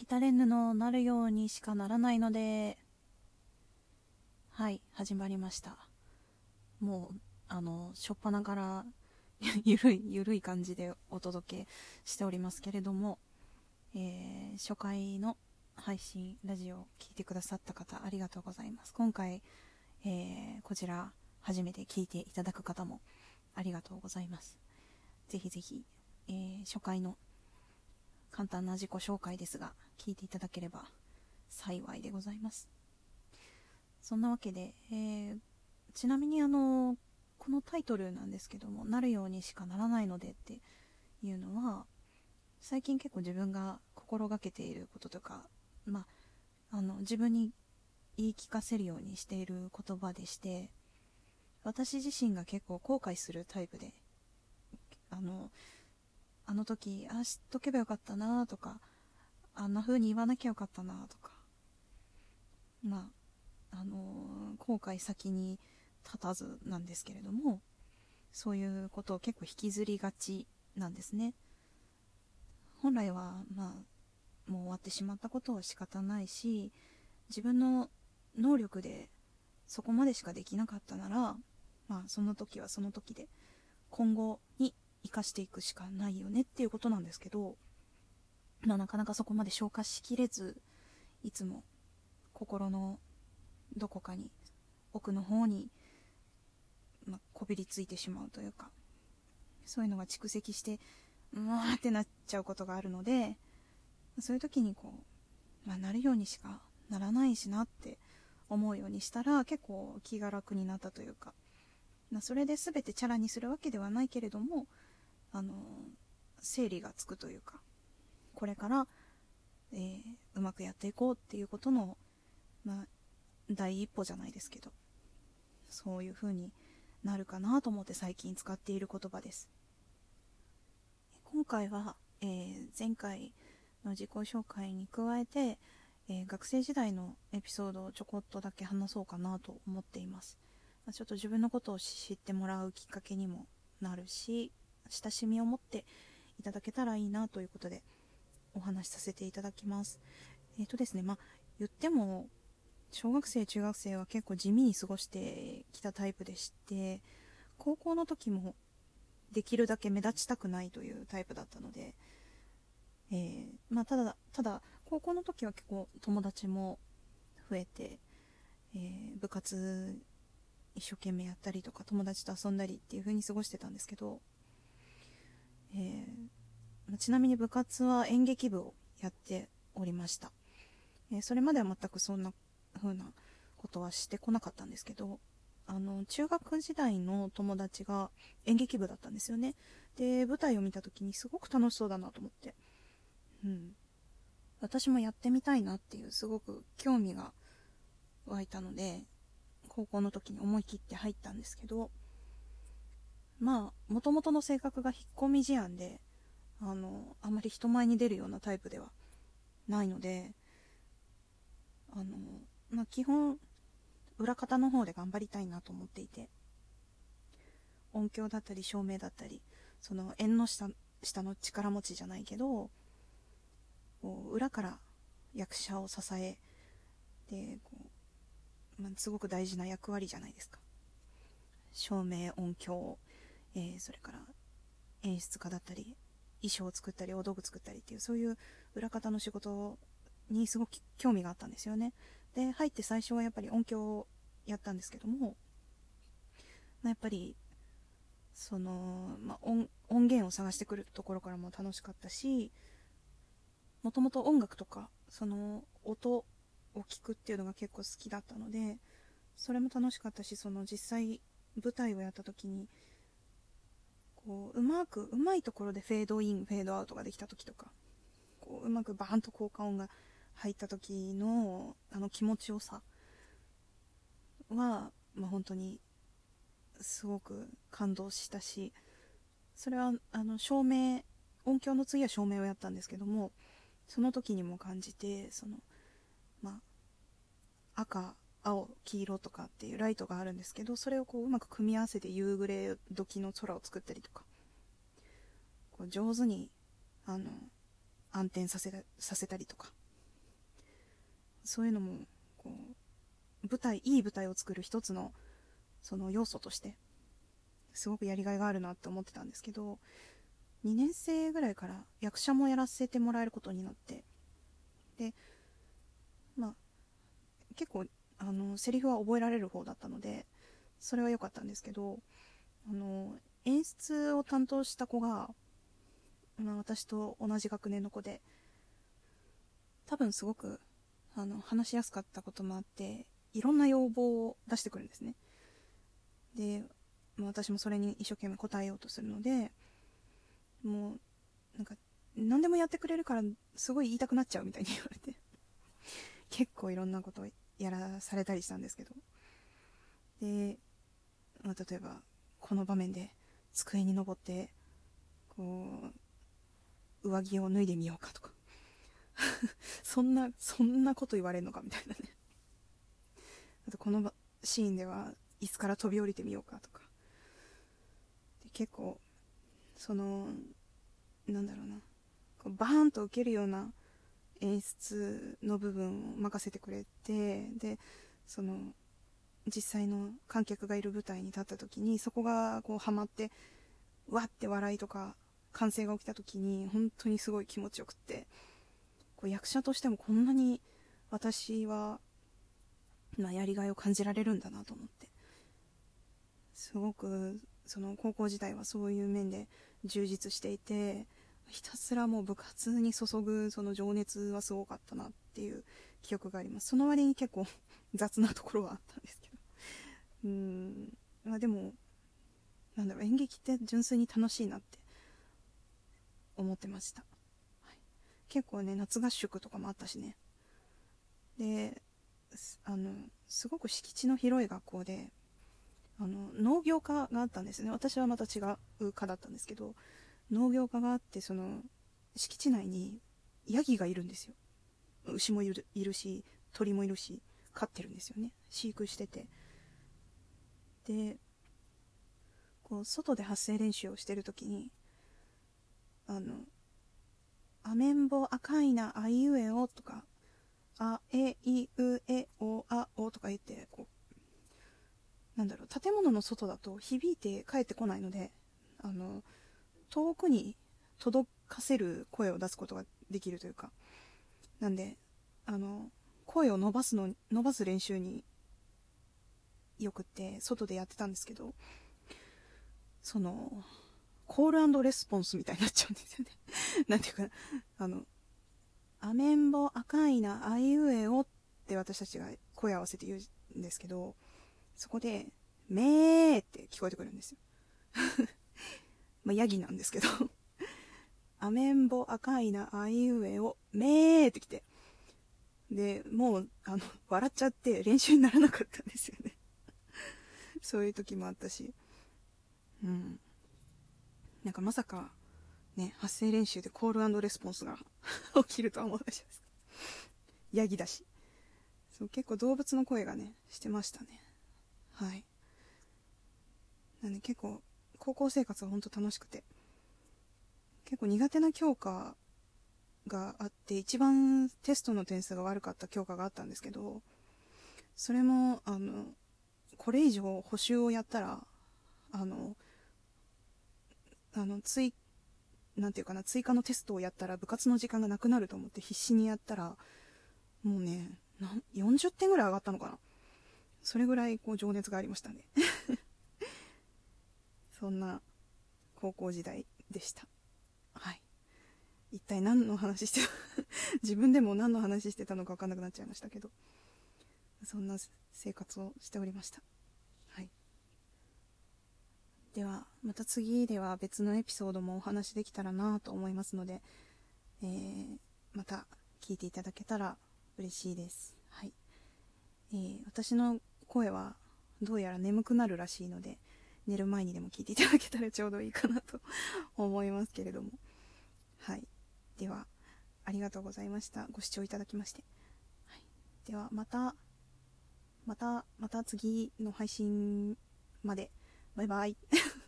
きたれぬのなるようにしかならないので、はい、始まりました。もう初っ端からゆるい感じでお届けしておりますけれども、初回の配信ラジオを聞いてくださった方ありがとうございます。今回、こちら初めて聞いていただく方もありがとうございます。ぜひぜひ、初回の簡単な自己紹介ですが聞いていただければ幸いでございます。そんなわけで、ちなみにこのタイトルなんですけども、なるようにしかならないのでっていうのは、最近結構自分が心がけていることとか、自分に言い聞かせるようにしている言葉でして、私自身が結構後悔するタイプで、あの時知っとけばよかったなとか、あんな風に言わなきゃよかったなとか、後悔先に立たずなんですけれども、そういうことを結構引きずりがちなんですね。本来はもう終わってしまったことは仕方ないし、自分の能力でそこまでしかできなかったなら、その時はその時で今後に生かしていくしかないよねっていうことなんですけど、なかなかそこまで消化しきれず、いつも心のどこかに奥の方に、こびりついてしまうというか、そういうのが蓄積してってなっちゃうことがあるので、そういう時になるようにしかならないしなって思うようにしたら、結構気が楽になったというか、それで全てチャラにするわけではないけれども、整理がつくというか、これから、うまくやっていこうっていうことの、第一歩じゃないですけど、そういう風になるかなと思って最近使っている言葉です。今回は、前回の自己紹介に加えて、学生時代のエピソードをちょこっとだけ話そうかなと思っています。ちょっと自分のことを知ってもらうきっかけにもなるし、親しみを持っていただけたらいいなということでお話しさせていただきます。ですね、言っても小学生中学生は結構地味に過ごしてきたタイプでして、高校の時もできるだけ目立ちたくないというタイプだったので、ただ高校の時は結構友達も増えて、部活一生懸命やったりとか友達と遊んだりっていう風に過ごしてたんですけど、ちなみに部活は演劇部をやっておりました。それまでは全くそんな風なことはしてこなかったんですけど、中学時代の友達が演劇部だったんですよね。で、舞台を見た時にすごく楽しそうだなと思って、私もやってみたいなっていうすごく興味が湧いたので、高校の時に思い切って入ったんですけど、もともとの性格が引っ込み思案で、あまり人前に出るようなタイプではないので、基本裏方の方で頑張りたいなと思っていて、音響だったり照明だったり、その縁の下の力持ちじゃないけど、裏から役者を支えで、すごく大事な役割じゃないですか。照明、音響、それから演出家だったり、衣装を作ったり、お道具作ったりっていう、そういう裏方の仕事にすごく興味があったんですよね。で、入って最初はやっぱり音響をやったんですけども、やっぱり音源を探してくるところからも楽しかったし、もともと音楽とかその音を聞くっていうのが結構好きだったので、それも楽しかったし、実際舞台をやった時にうまいところでフェードインフェードアウトができた時とか、うまくバーンと効果音が入った時の気持ちよさは、本当にすごく感動したし、それは照明、音響の次は照明をやったんですけども、その時にも感じて、赤、青、黄色とかっていうライトがあるんですけど、それをうまく組み合わせて夕暮れ時の空を作ったりとか、上手に暗転させたりとか、 そういうのもこういい舞台を作る一つのその要素としてすごくやりがいがあるなって思ってたんですけど、2年生ぐらいから役者もやらせてもらえることになって、でまあ結構セリフは覚えられる方だったのでそれは良かったんですけど、演出を担当した子が、私と同じ学年の子で、多分すごく話しやすかったこともあっていろんな要望を出してくるんですね。で、私もそれに一生懸命答えようとするので、もうなんか何でもやってくれるからすごい言いたくなっちゃうみたいに言われて結構いろんなことをやらされたりしたんですけど、で、例えばこの場面で机に登ってこう上着を脱いでみようかとかそんなこと言われるのかみたいなね。あとこのシーンでは椅子から飛び降りてみようかとかで、結構なんだろうな、こうバーンと受けるような演出の部分を任せてくれて、で実際の観客がいる舞台に立った時にそこがこうハマってわって笑いとか歓声が起きた時に本当にすごい気持ちよくって、こう役者としてもこんなに私は、やりがいを感じられるんだなと思って、すごく高校時代はそういう面で充実していて、ひたすらもう部活に注ぐその情熱はすごかったなっていう記憶があります。その割に結構雑なところはあったんですけど、でも演劇って純粋に楽しいなって思ってました。はい、結構ね、夏合宿とかもあったしね。ですごく敷地の広い学校で農業科があったんですね。私はまた違う科だったんですけど、農業科があって、敷地内にヤギがいるんですよ。牛もいるし鳥もいるし飼ってるんですよね。飼育してて、でこう外で発声練習をしてるときにアメンボ赤いなあいうえおとかあえいうえおあおとか言って、こう建物の外だと響いて帰ってこないので、遠くに届かせる声を出すことができるというか、なんで声を伸ばす練習によくって外でやってたんですけど、コール&レスポンスみたいになっちゃうんですよねなんていうか、アメンボ赤いなあいうえおって私たちが声合わせて言うんですけど、そこでめーって聞こえてくるんですよヤギなんですけどアメンボ赤いなあいうえおめーってきて、でもう笑っちゃって練習にならなかったんですよねそういう時もあったし、なんかまさかね、発声練習でコール&レスポンスが起きるとは思わないじゃないですか。ヤギだし。そう、結構動物の声がね、してましたね。はい。なんで結構、高校生活は本当楽しくて。結構苦手な教科があって、一番テストの点数が悪かった教科があったんですけど、それも、これ以上補習をやったら、なんていうかな、追加のテストをやったら部活の時間がなくなると思って必死にやったら、もうね、40点ぐらい上がったのかな。それぐらいこう情熱がありましたねそんな高校時代でした。はい。一体何の話して自分でも何の話してたのか分かんなくなっちゃいましたけど、そんな生活をしておりました。はい。ではまた次では別のエピソードもお話できたらなと思いますので、また聞いていただけたら嬉しいです。はい。私の声はどうやら眠くなるらしいので、寝る前にでも聞いていただけたらちょうどいいかなと思いますけれども、はい。ではありがとうございました。ご視聴いただきまして、はい、ではまた次の配信まで。バイバイ